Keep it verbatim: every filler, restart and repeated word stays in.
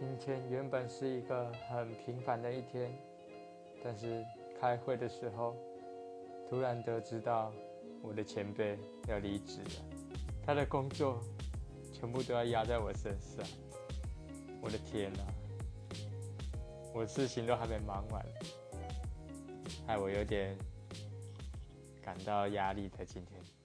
今天原本是一个很平凡的一天，但是开会的时候，突然得知到我的前辈要离职了，他的工作全部都要压在我身上。我的天啊，我事情都还没忙完，害我有点感到压力的今天。